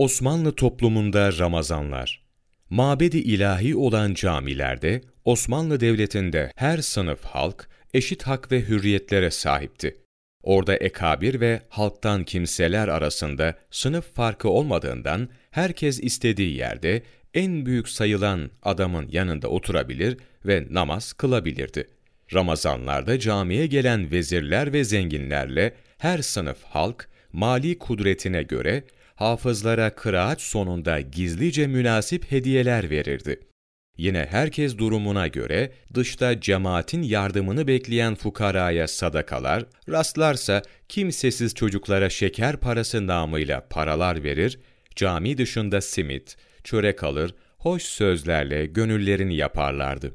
Osmanlı toplumunda Ramazanlar. Mabedi ilahi olan camilerde, Osmanlı Devleti'nde her sınıf halk eşit hak ve hürriyetlere sahipti. Orada ekabir ve halktan kimseler arasında sınıf farkı olmadığından herkes istediği yerde en büyük sayılan adamın yanında oturabilir ve namaz kılabilirdi. Ramazanlarda camiye gelen vezirler ve zenginlerle her sınıf halk mali kudretine göre hafızlara kıraat sonunda gizlice münasip hediyeler verirdi. Yine herkes durumuna göre dışta cemaatin yardımını bekleyen fukaraya sadakalar, rastlarsa kimsesiz çocuklara şeker parası namıyla paralar verir, cami dışında simit, çörek alır, hoş sözlerle gönüllerini yaparlardı.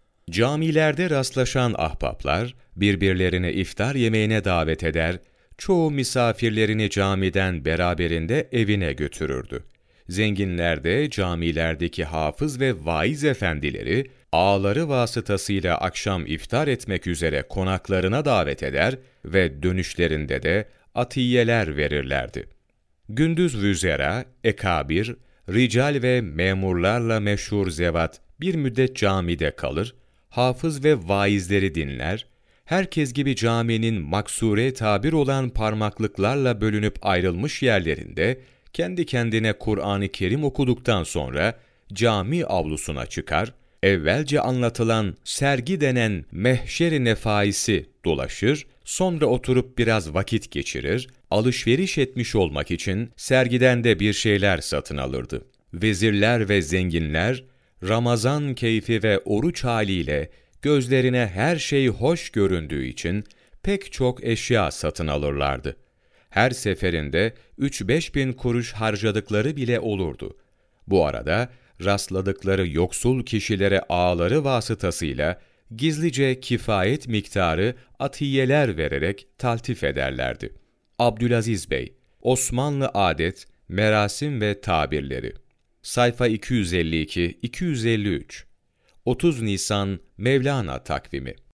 Camilerde rastlaşan ahbaplar birbirlerini iftar yemeğine davet eder, çoğu misafirlerini camiden beraberinde evine götürürdü. Zenginler de camilerdeki hafız ve vaiz efendileri ağaları vasıtasıyla akşam iftar etmek üzere konaklarına davet eder ve dönüşlerinde de atiyeler verirlerdi. Gündüz vüzera, ekabir, rical ve memurlarla meşhur zevat bir müddet camide kalır, hafız ve vaizleri dinler, herkes gibi caminin maksure tabir olan parmaklıklarla bölünüp ayrılmış yerlerinde, kendi kendine Kur'an-ı Kerim okuduktan sonra cami avlusuna çıkar, evvelce anlatılan sergi denen mehşer-i nefaisi dolaşır, sonra oturup biraz vakit geçirir, alışveriş etmiş olmak için sergiden de bir şeyler satın alırdı. Vezirler ve zenginler, Ramazan keyfi ve oruç haliyle gözlerine her şey hoş göründüğü için pek çok eşya satın alırlardı. Her seferinde 3-5 bin kuruş harcadıkları bile olurdu. Bu arada rastladıkları yoksul kişilere ağaları vasıtasıyla gizlice kifayet miktarı atiyeler vererek taltif ederlerdi. Abdülaziz Bey, Osmanlı Adet, Merasim ve Tabirleri. Sayfa 252-253. 30 Nisan Mevlana takvimi.